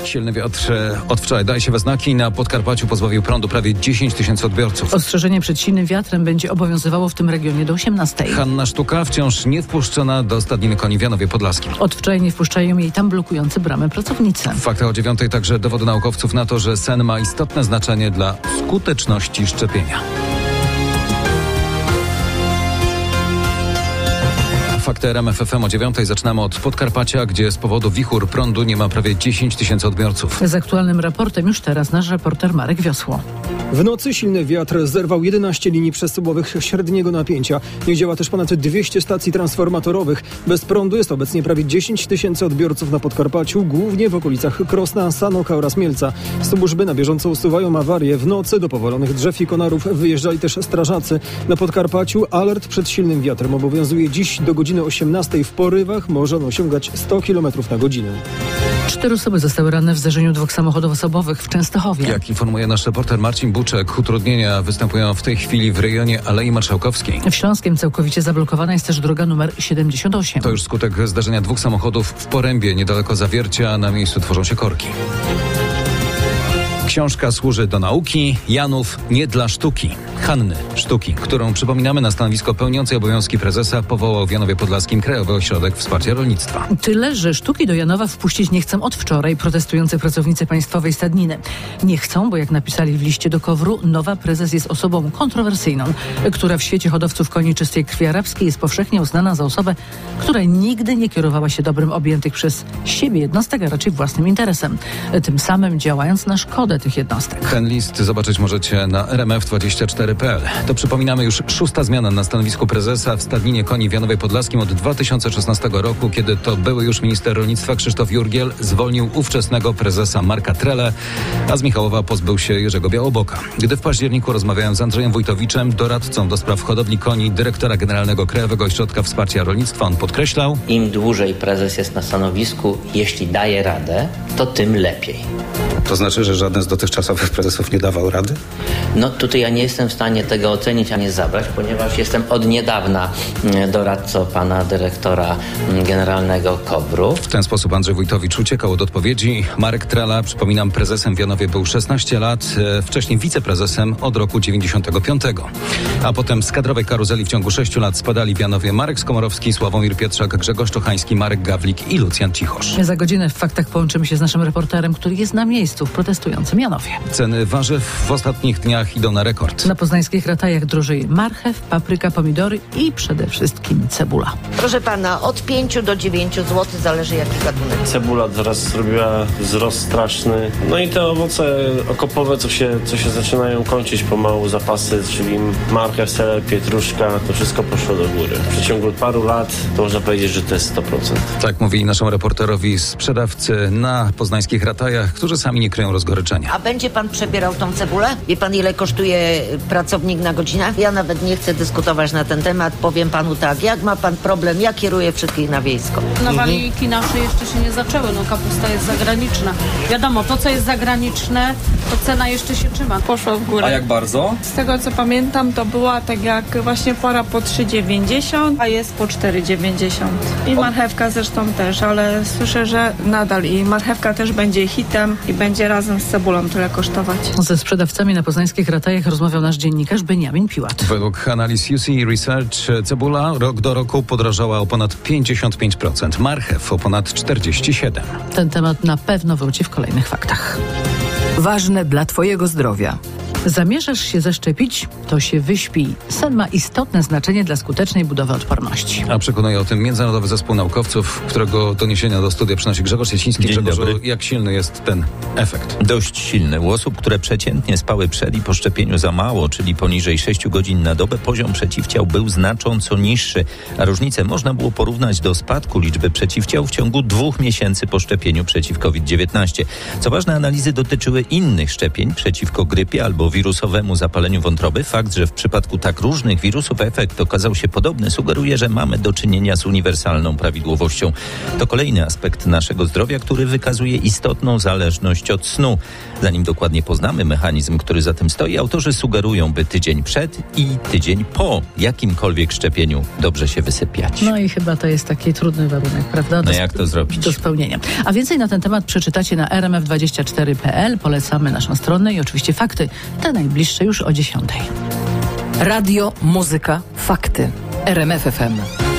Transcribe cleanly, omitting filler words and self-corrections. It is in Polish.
Silny wiatr od wczoraj daje się we znaki. Na Podkarpaciu pozbawił prądu prawie 10 tysięcy odbiorców. Ostrzeżenie przed silnym wiatrem będzie obowiązywało w tym regionie do 18. Hanna Sztuka wciąż nie wpuszczona do stadniny koni w Janowie Podlaskim. Od wczoraj nie wpuszczają jej tam blokujący bramę pracownicy. W faktach o 9 także dowody naukowców na to, że sen ma istotne znaczenie dla skuteczności szczepienia. Fakty RMF FM o 9 zaczynamy od Podkarpacia, gdzie z powodu wichur prądu nie ma prawie 10 tysięcy odbiorców. Z aktualnym raportem już teraz nasz reporter Marek Wiosło. W nocy silny wiatr zerwał 11 linii przesyłowych średniego napięcia. Nie działa też ponad 200 stacji transformatorowych. Bez prądu jest obecnie prawie 10 tysięcy odbiorców na Podkarpaciu, głównie w okolicach Krosna, Sanoka oraz Mielca. Służby na bieżąco usuwają awarie. W nocy do powalonych drzew i konarów wyjeżdżali też strażacy. Na Podkarpaciu alert przed silnym wiatrem obowiązuje dziś do godziny 18. W porywach może on osiągać 100 km na godzinę. 4 osoby zostały ranne w zdarzeniu 2 samochodów osobowych w Częstochowie. Jak informuje nasz reporter Marcin Buczek, utrudnienia występują w tej chwili w rejonie Alei Marszałkowskiej. W Śląskiem całkowicie zablokowana jest też droga numer 78. To już skutek zdarzenia 2 samochodów w Porębie, niedaleko Zawiercia. Na miejscu tworzą się korki. Książka służy do nauki, Janów nie dla sztuki. Hanny Sztuki, którą przypominamy na stanowisko pełniącej obowiązki prezesa, powołał w Janowie Podlaskim Krajowy Ośrodek Wsparcia Rolnictwa. Tyle, że sztuki do Janowa wpuścić nie chcą od wczoraj protestujący pracownicy Państwowej Stadniny. Nie chcą, bo jak napisali w liście do KOWR-u, nowa prezes jest osobą kontrowersyjną, która w świecie hodowców koni czystej krwi arabskiej jest powszechnie uznana za osobę, która nigdy nie kierowała się dobrem objętych przez siebie jednostek, a raczej własnym interesem. Tym samym działając na szkodę tych jednostek. Ten list zobaczyć możecie na rmf24.pl. To przypominamy już 6. zmiana na stanowisku prezesa w Stadninie Koni w Janowie Podlaskim od 2016 roku, kiedy to były już minister rolnictwa Krzysztof Jurgiel zwolnił ówczesnego prezesa Marka Trele, a z Michałowa pozbył się Jerzego Białoboka. Gdy w październiku rozmawiałem z Andrzejem Wójtowiczem, doradcą do spraw hodowli koni, dyrektora generalnego Krajowego Ośrodka Wsparcia Rolnictwa, on podkreślał: im dłużej prezes jest na stanowisku, jeśli daje radę, to tym lepiej. To znaczy, że żaden z dotychczasowych prezesów nie dawał rady? No tutaj ja nie jestem w stanie tego ocenić ani zabrać, ponieważ jestem od niedawna doradcą pana dyrektora generalnego KOWR-u. W ten sposób Andrzej Wójtowicz uciekał od odpowiedzi. Marek Trela, przypominam, prezesem w Janowie był 16 lat, wcześniej wiceprezesem od roku 95. A potem z kadrowej karuzeli w ciągu 6 lat spadali w Janowie Marek Skomorowski, Sławomir Pietrzak, Grzegorz Czochański, Marek Gawlik i Lucjan Cichosz. Za godzinę w faktach połączymy się z naszym reporterem, który jest na miejscu w protestującym Janowie. Ceny warzyw w ostatnich dniach idą na rekord. Na poznańskich ratajach drożeje marchew, papryka, pomidory i przede wszystkim cebula. Proszę pana, od 5 do 9 zł, zależy jaki gatunek. Cebula teraz zrobiła wzrost straszny. No i te owoce okopowe, co się zaczynają kończyć pomału, zapasy, czyli marchew, seler, pietruszka, to wszystko poszło do góry. W przeciągu paru lat to można powiedzieć, że to jest 100%. Tak mówili naszemu reporterowi sprzedawcy na poznańskich ratajach, którzy sami nie kryją rozgoryczenia. A będzie pan przebierał tą cebulę? Wie pan, ile kosztuje pracownik na godzinę? Ja nawet nie chcę dyskutować na ten temat. Powiem panu tak, jak ma pan problem, ja kieruję wszystkich na wiejsko. Nawaliki nasze jeszcze się nie zaczęły, no kapusta jest zagraniczna. Wiadomo, to co jest zagraniczne, to cena jeszcze się trzyma. Poszła w górę. A jak bardzo? Z tego co pamiętam, to była tak jak właśnie pora po 3,90, a jest po 4,90. I marchewka zresztą też, ale słyszę, że nadal i marchewka też będzie hitem i będzie razem z cebulą tyle kosztować. Ze sprzedawcami na poznańskich ratajach rozmawiał nasz dziennikarz Beniamin Piłat. Według analiz UC Research cebula rok do roku podrożała o ponad 55%, marchew o ponad 47%. Ten temat na pewno wróci w kolejnych faktach. Ważne dla twojego zdrowia. Zamierzasz się zaszczepić? To się wyśpij. Sen ma istotne znaczenie dla skutecznej budowy odporności. A przekonuje o tym Międzynarodowy Zespół Naukowców, którego doniesienia do studia przynosi Grzegorz Jasiński. Grzegorzu, jak silny jest ten efekt? Dość silny. U osób, które przeciętnie spały przed i po szczepieniu za mało, czyli poniżej 6 godzin na dobę, poziom przeciwciał był znacząco niższy, a różnicę można było porównać do spadku liczby przeciwciał w ciągu 2 miesięcy po szczepieniu przeciw COVID-19. Co ważne, analizy dotyczyły innych szczepień przeciwko grypie albo wirusowemu zapaleniu wątroby. Fakt, że w przypadku tak różnych wirusów efekt okazał się podobny, sugeruje, że mamy do czynienia z uniwersalną prawidłowością. To kolejny aspekt naszego zdrowia, który wykazuje istotną zależność od snu. Zanim dokładnie poznamy mechanizm, który za tym stoi, autorzy sugerują, by tydzień przed i tydzień po jakimkolwiek szczepieniu dobrze się wysypiać. No i chyba to jest taki trudny warunek, prawda? No jak to zrobić? Do spełnienia. A więcej na ten temat przeczytacie na rmf24.pl. Polecamy naszą stronę i oczywiście fakty, te najbliższe już o 10:00. Radio, muzyka, fakty. RMF FM.